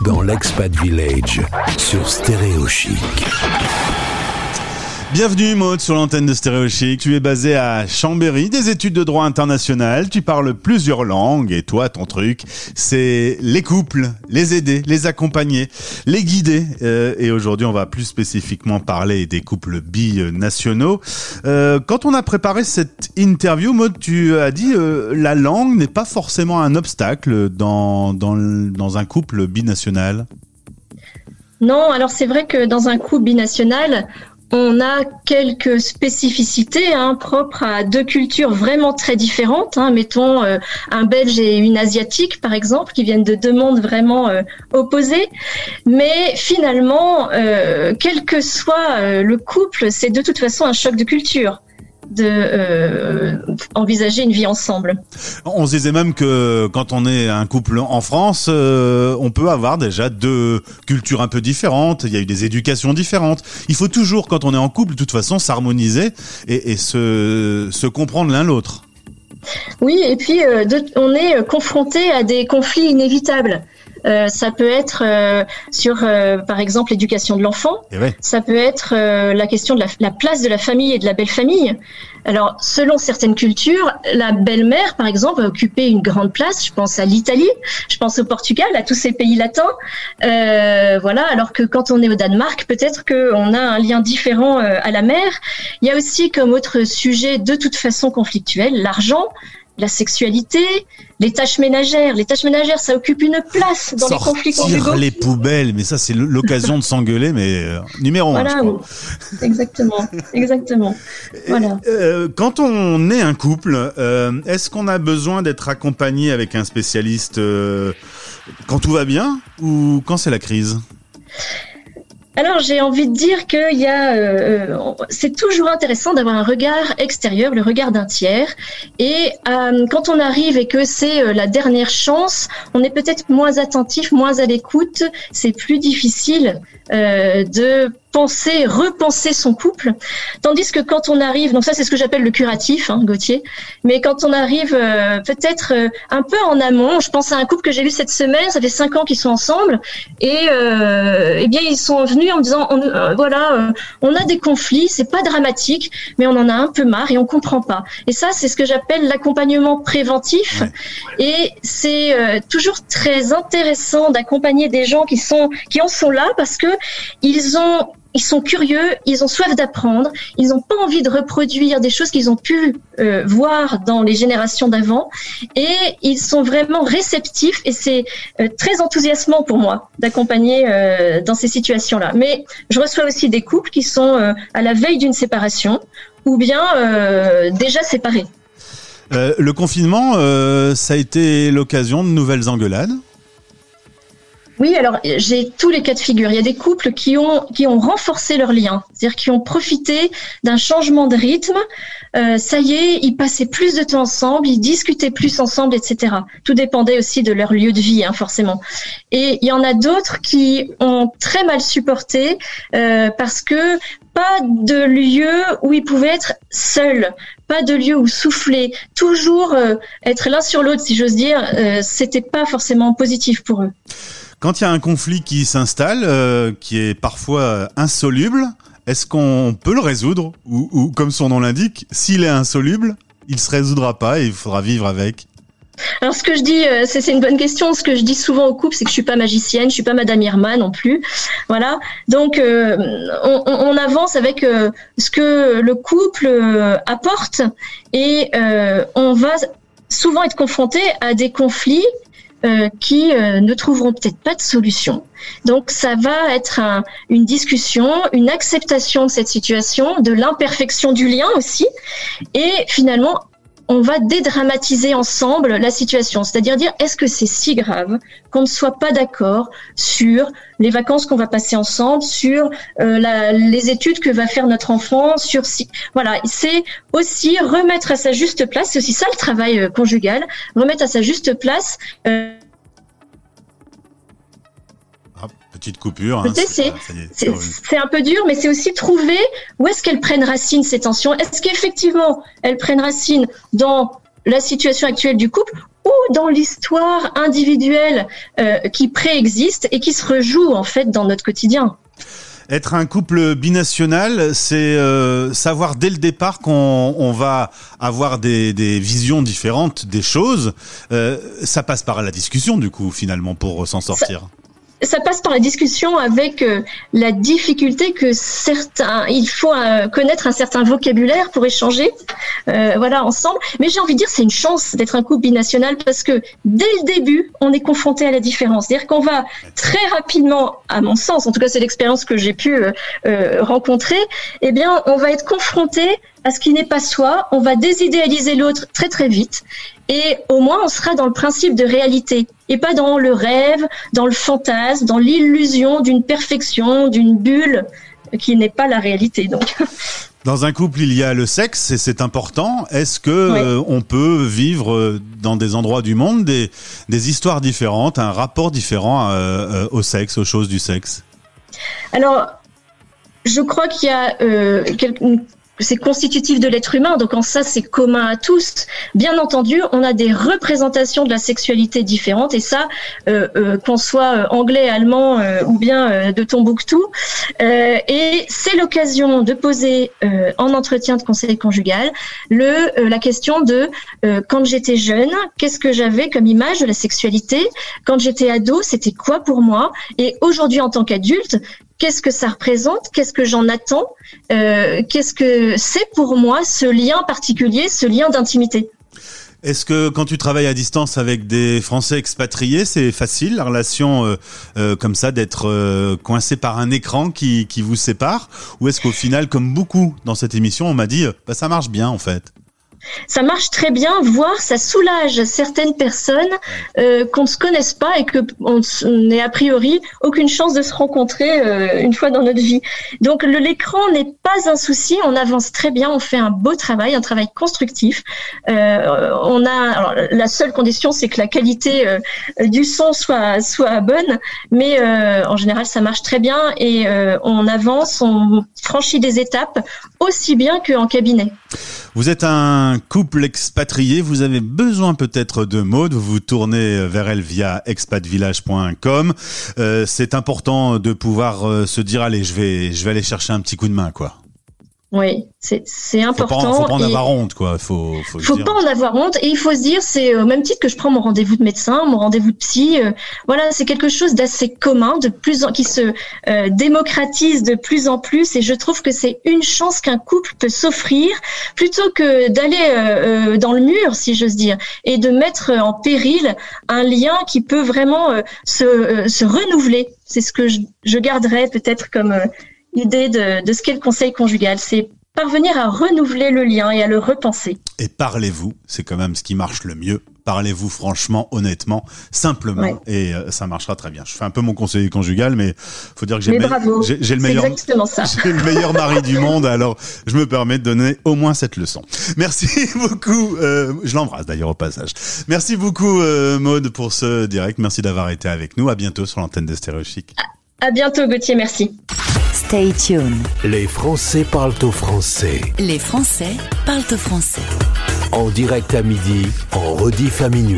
dans l'Expat Village sur Stéréo Chic. Bienvenue Maud sur l'antenne de Stéréo Chic. Tu es basé à Chambéry, des études de droit international. Tu parles plusieurs langues et toi, ton truc, c'est les couples, les aider, les accompagner, les guider. Et aujourd'hui, on va plus spécifiquement parler des couples binationaux. Quand on a préparé cette interview, Maud, tu as dit la langue n'est pas forcément un obstacle dans un couple binational. Non, alors c'est vrai que dans un couple binational, on a quelques spécificités propres à deux cultures vraiment très différentes. Mettons un Belge et une Asiatique, par exemple, qui viennent de deux mondes vraiment opposés. Mais finalement, quel que soit le couple, c'est de toute façon un choc de culture. Envisager une vie ensemble. On se disait même que quand on est un couple en France, on peut avoir déjà deux cultures un peu différentes, il y a eu des éducations différentes. Il faut toujours, quand on est en couple, de toute façon, s'harmoniser et se comprendre l'un l'autre. Oui, et puis on est confronté à des conflits inévitables. Ça peut être sur, par exemple, l'éducation de l'enfant. Ouais. Ça peut être la question de la place de la famille et de la belle famille. Alors, selon certaines cultures, la belle-mère, par exemple, va occuper une grande place. Je pense à l'Italie, je pense au Portugal, à tous ces pays latins. Voilà. Alors que quand on est au Danemark, peut-être qu'on a un lien différent à la mère. Il y a aussi comme autre sujet, de toute façon conflictuel, l'argent. La sexualité, les tâches ménagères. Les tâches ménagères, ça occupe une place dans les conflits conjugaux. Sortir les poubelles, mais ça, c'est l'occasion de s'engueuler, mais numéro 1, voilà, je crois. Exactement. Voilà. Quand on est un couple, est-ce qu'on a besoin d'être accompagné avec un spécialiste quand tout va bien ou quand c'est la crise ? Alors, j'ai envie de dire qu'il y a, c'est toujours intéressant d'avoir un regard extérieur, le regard d'un tiers. Et quand on arrive et que c'est la dernière chance, on est peut-être moins attentif, moins à l'écoute. C'est plus difficile de repenser son couple. Tandis que quand on arrive, donc ça c'est ce que j'appelle le curatif, Gauthier, mais quand on arrive peut-être un peu en amont, je pense à un couple que j'ai vu cette semaine, ça fait 5 ans qu'ils sont ensemble, et eh bien ils sont venus en me disant, on a des conflits, c'est pas dramatique, mais on en a un peu marre et on comprend pas. Et ça c'est ce que j'appelle l'accompagnement préventif, ouais. Et c'est toujours très intéressant d'accompagner des gens qui en sont là parce que ils sont curieux, ils ont soif d'apprendre, ils n'ont pas envie de reproduire des choses qu'ils ont pu voir dans les générations d'avant, et ils sont vraiment réceptifs, et c'est très enthousiasmant pour moi d'accompagner dans ces situations-là. Mais je reçois aussi des couples qui sont à la veille d'une séparation ou bien déjà séparés. Le confinement, ça a été l'occasion de nouvelles engueulades ? Oui, alors j'ai tous les cas de figure. Il y a des couples qui ont renforcé leur lien, c'est-à-dire qui ont profité d'un changement de rythme. Ça y est, ils passaient plus de temps ensemble, ils discutaient plus ensemble, etc. Tout dépendait aussi de leur lieu de vie, forcément. Et il y en a d'autres qui ont très mal supporté parce que pas de lieu où ils pouvaient être seuls, pas de lieu où souffler, toujours être l'un sur l'autre, si j'ose dire, c'était pas forcément positif pour eux. Quand il y a un conflit qui s'installe, qui est parfois insoluble, est-ce qu'on peut le résoudre ou comme son nom l'indique, s'il est insoluble, il se résoudra pas et il faudra vivre avec? Alors ce que je dis, c'est une bonne question. Ce que je dis souvent aux couples, c'est que je suis pas magicienne, je suis pas Madame Irma non plus. Voilà. Donc on avance avec ce que le couple apporte, et on va souvent être confronté à des conflits qui ne trouveront peut-être pas de solution. Donc ça va être une discussion, une acceptation de cette situation, de l'imperfection du lien aussi, et finalement on va dédramatiser ensemble la situation, c'est-à-dire dire est-ce que c'est si grave qu'on ne soit pas d'accord sur les vacances qu'on va passer ensemble, sur les études que va faire notre enfant, sur voilà, c'est aussi remettre à sa juste place, c'est aussi ça le travail conjugal, remettre à sa juste place. Petite coupure. C'est un peu dur, mais c'est aussi trouver où est-ce qu'elles prennent racine, ces tensions. Est-ce qu'effectivement, elles prennent racine dans la situation actuelle du couple ou dans l'histoire individuelle qui préexiste et qui se rejoue en fait dans notre quotidien. Être un couple binational, c'est savoir dès le départ qu'on va avoir des visions différentes des choses. Ça passe par la discussion, du coup, finalement, pour s'en sortir. Ça passe par la discussion avec la difficulté que il faut connaître un certain vocabulaire pour échanger, ensemble. Mais j'ai envie de dire, c'est une chance d'être un couple binational parce que dès le début, on est confronté à la différence. C'est-à-dire qu'on va très rapidement, à mon sens, en tout cas c'est l'expérience que j'ai pu rencontrer, eh bien, on va être confronté à ce qui n'est pas soi, on va désidéaliser l'autre très très vite et au moins on sera dans le principe de réalité et pas dans le rêve, dans le fantasme, dans l'illusion d'une perfection, d'une bulle qui n'est pas la réalité. Donc. Dans un couple, il y a le sexe et c'est important. Est-ce que on peut vivre dans des endroits du monde des histoires différentes, un rapport différent au sexe, aux choses du sexe ? Alors, je crois qu'il y a c'est constitutif de l'être humain, donc en ça c'est commun à tous. Bien entendu, on a des représentations de la sexualité différentes et ça, qu'on soit anglais, allemand ou bien de Tombouctou. Et c'est l'occasion de poser en entretien de conseil conjugal la question de quand j'étais jeune, qu'est-ce que j'avais comme image de la sexualité ? Quand j'étais ado, c'était quoi pour moi ? Et aujourd'hui en tant qu'adulte, qu'est-ce que ça représente ? Qu'est-ce que j'en attends ? Qu'est-ce que c'est pour moi ce lien particulier, ce lien d'intimité ? Est-ce que quand tu travailles à distance avec des Français expatriés, c'est facile la relation comme ça d'être coincé par un écran qui vous sépare ? Ou est-ce qu'au final, comme beaucoup dans cette émission, on m'a dit ça marche bien en fait ? Ça marche très bien, voire ça soulage certaines personnes qu'on ne se connaisse pas et qu'on n'ait a priori aucune chance de se rencontrer une fois dans notre vie. Donc l'écran n'est pas un souci, on avance très bien, on fait un beau travail, un travail constructif. Alors, la seule condition, c'est que la qualité du son soit bonne, mais en général ça marche très bien et on avance, on franchit des étapes aussi bien qu'en cabinet. Vous êtes un couple expatrié, vous avez besoin peut-être de Maud, vous vous tournez vers elle via expatvillage.com. C'est important de pouvoir se dire allez, je vais aller chercher un petit coup de main quoi. Oui, c'est important. Faut pas en avoir honte, quoi. Faut pas en avoir honte. Et il faut se dire, c'est au même titre que je prends mon rendez-vous de médecin, mon rendez-vous de psy. Voilà, c'est quelque chose d'assez commun, qui se démocratise de plus en plus. Et je trouve que c'est une chance qu'un couple peut s'offrir, plutôt que d'aller dans le mur, si j'ose dire, et de mettre en péril un lien qui peut vraiment se renouveler. C'est ce que je garderais peut-être comme idée de ce qu'est le conseil conjugal, c'est parvenir à renouveler le lien et à le repenser. Et parlez-vous, c'est quand même ce qui marche le mieux. Parlez-vous franchement, honnêtement, simplement, et ça marchera très bien. Je fais un peu mon conseiller conjugal, mais faut dire que j'ai le meilleur mari du monde, alors je me permets de donner au moins cette leçon. Merci beaucoup, je l'embrasse d'ailleurs au passage. Merci beaucoup Maud pour ce direct, merci d'avoir été avec nous. À bientôt sur l'antenne de Stéréo Chic. À bientôt Gauthier, merci. Stay tuned. Les Français parlent au français. Les Français parlent au français. En direct à midi, en rediff à minuit.